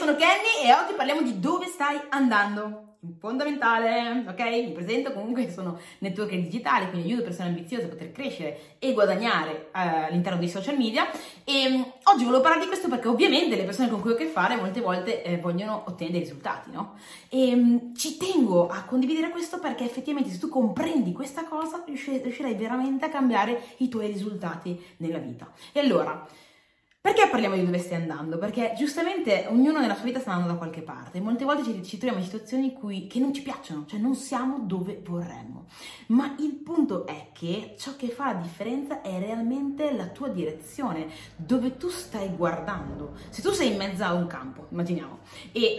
sono Kenny e oggi parliamo di dove stai andando. Fondamentale, ok? Mi presento, comunque sono networker digitali, quindi aiuto persone ambiziose a poter crescere e guadagnare all'interno dei social media. E oggi volevo parlare di questo perché ovviamente le persone con cui ho a che fare molte volte vogliono ottenere dei risultati, no? E ci tengo a condividere questo perché effettivamente se tu comprendi questa cosa riuscirai veramente a cambiare i tuoi risultati nella vita. E allora, perché parliamo di dove stai andando? Perché giustamente ognuno nella sua vita sta andando da qualche parte e molte volte ci troviamo in situazioni che non ci piacciono, cioè non siamo dove vorremmo. Ma il punto è che ciò che fa la differenza è realmente la tua direzione, dove tu stai guardando. Se tu sei in mezzo a un campo, immaginiamo, e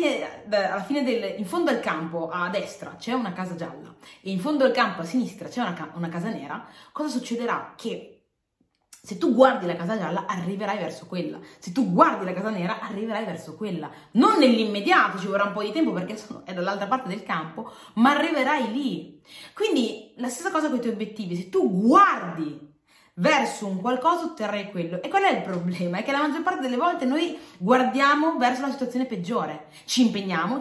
in fondo al campo a destra c'è una casa gialla e in fondo al campo a sinistra c'è una casa nera, cosa succederà? Che se tu guardi la casa gialla, arriverai verso quella. Se tu guardi la casa nera, arriverai verso quella. Non nell'immediato, ci vorrà un po' di tempo perché è dall'altra parte del campo, ma arriverai lì. Quindi la stessa cosa con i tuoi obiettivi. Se tu guardi verso un qualcosa, otterrai quello. E qual è il problema? È che la maggior parte delle volte noi guardiamo verso la situazione peggiore. Ci impegniamo,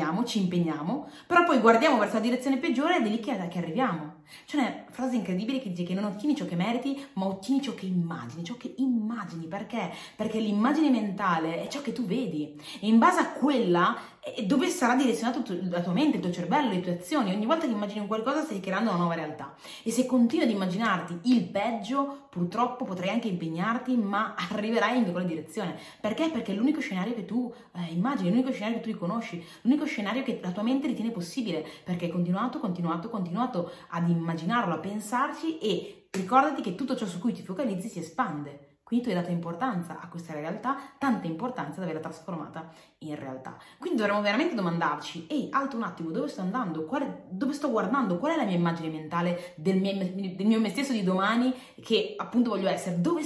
però poi guardiamo verso la direzione peggiore ed è lì che arriviamo. C'è una frase incredibile che dice che non ottieni ciò che meriti, ma ottieni ciò che immagini. Perché? Perché l'immagine mentale è ciò che tu vedi e in base a quella è dove sarà direzionato la tua mente, il tuo cervello, le tue azioni. Ogni volta che immagini un qualcosa stai creando una nuova realtà e se continui ad immaginarti il peggio, purtroppo potrai anche impegnarti, ma arriverai in quella direzione. Perché? Perché è l'unico scenario che tu immagini, l'unico scenario che tu riconosci, l'unico scenario che la tua mente ritiene possibile, perché hai continuato ad immaginarlo, a pensarci e ricordati che tutto ciò su cui ti focalizzi si espande. Quindi tu hai dato importanza a questa realtà, tanta importanza da averla trasformata in realtà. Quindi dovremmo veramente domandarci, ehi, alto un attimo, dove sto andando? Dove sto guardando? Qual è la mia immagine mentale del mio me stesso di domani che appunto voglio essere? Dove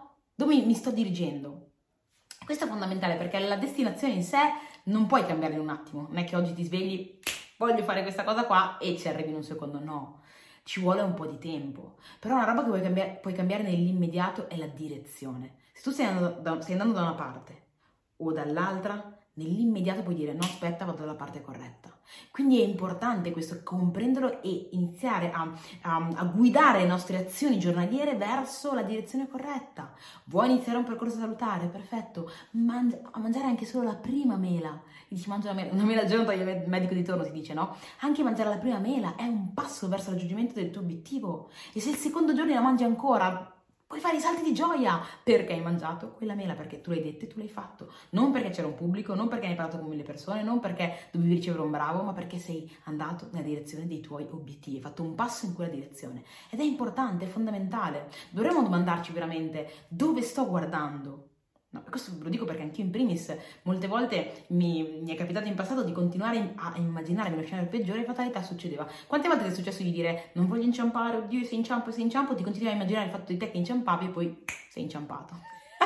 mi sto dirigendo? Questo è fondamentale perché la destinazione in sé non puoi cambiare in un attimo. Non è che oggi ti svegli, voglio fare questa cosa qua e ci arrivi in un secondo, no. Ci vuole un po' di tempo, però una roba che puoi cambiare nell'immediato è la direzione. Se tu stai andando da una parte o dall'altra, nell'immediato puoi dire no, aspetta, vado dalla parte corretta. Quindi è importante questo, comprenderlo e iniziare a guidare le nostre azioni giornaliere verso la direzione corretta. Vuoi iniziare un percorso salutare? Perfetto, mangiare anche solo la prima mela. E dici mangia una mela al giorno, toglie il medico di turno, si dice, no? Anche mangiare la prima mela è un passo verso il raggiungimento del tuo obiettivo. E se il secondo giorno la mangi ancora, puoi fare i salti di gioia perché hai mangiato quella mela, perché tu l'hai detto e tu l'hai fatto. Non perché c'era un pubblico, non perché ne hai parlato con 1000 persone, non perché dovevi ricevere un bravo, ma perché sei andato nella direzione dei tuoi obiettivi, hai fatto un passo in quella direzione. Ed è importante, è fondamentale. Dovremmo domandarci veramente dove sto guardando. No, questo ve lo dico perché anch'io in primis molte volte mi è capitato in passato di continuare a immaginarmi lo scenario peggiore e fatalità succedeva. Quante volte ti è successo di dire non voglio inciampare, oddio se inciampo, ti continui a immaginare il fatto di te che inciampavi e poi sei inciampato.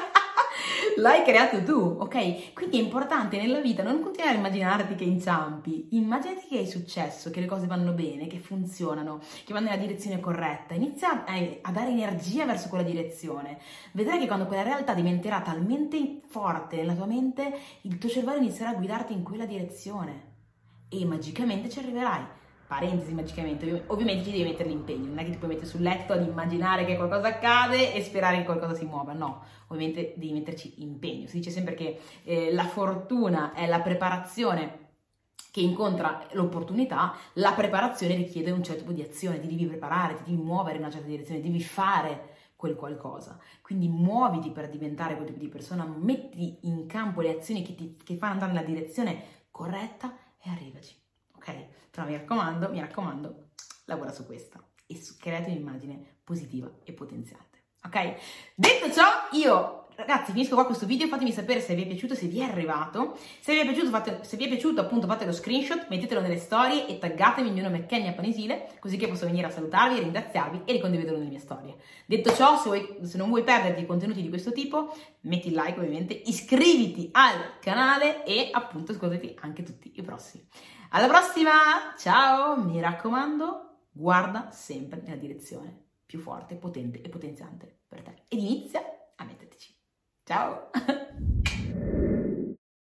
L'hai creato tu, ok? Quindi è importante nella vita non continuare a immaginarti che inciampi, immaginati che hai successo, che le cose vanno bene, che funzionano, che vanno nella direzione corretta, inizia a dare energia verso quella direzione. Vedrai che quando quella realtà diventerà talmente forte nella tua mente, il tuo cervello inizierà a guidarti in quella direzione e magicamente ci arriverai. Parentesi, magicamente, ovviamente ci devi mettere l'impegno, non è che ti puoi mettere sul letto ad immaginare che qualcosa accade e sperare che qualcosa si muova, no, ovviamente devi metterci impegno. Si dice sempre che la fortuna è la preparazione che incontra l'opportunità, la preparazione richiede un certo tipo di azione, ti devi preparare, ti devi muovere in una certa direzione, devi fare quel qualcosa, quindi muoviti per diventare quel tipo di persona, metti in campo le azioni che fanno andare nella direzione corretta e arrivaci. Ok? Però mi raccomando, lavora su questa e creati un'immagine positiva e potenziante. Ok? Detto ciò, io, ragazzi, finisco qua questo video, fatemi sapere se vi è piaciuto, se vi è arrivato. Se vi è piaciuto, appunto, fate lo screenshot, mettetelo nelle storie e taggatemi il mio nome Kenny Appanisile, così che posso venire a salutarvi, ringraziarvi e ricondividerlo nelle mie storie. Detto ciò, se non vuoi perderti contenuti di questo tipo, metti il like ovviamente, iscriviti al canale e appunto ascoltati anche tutti i prossimi. Alla prossima, ciao, mi raccomando, guarda sempre nella direzione più forte, potente e potenziante per te ed inizia a mettertici. Ciao!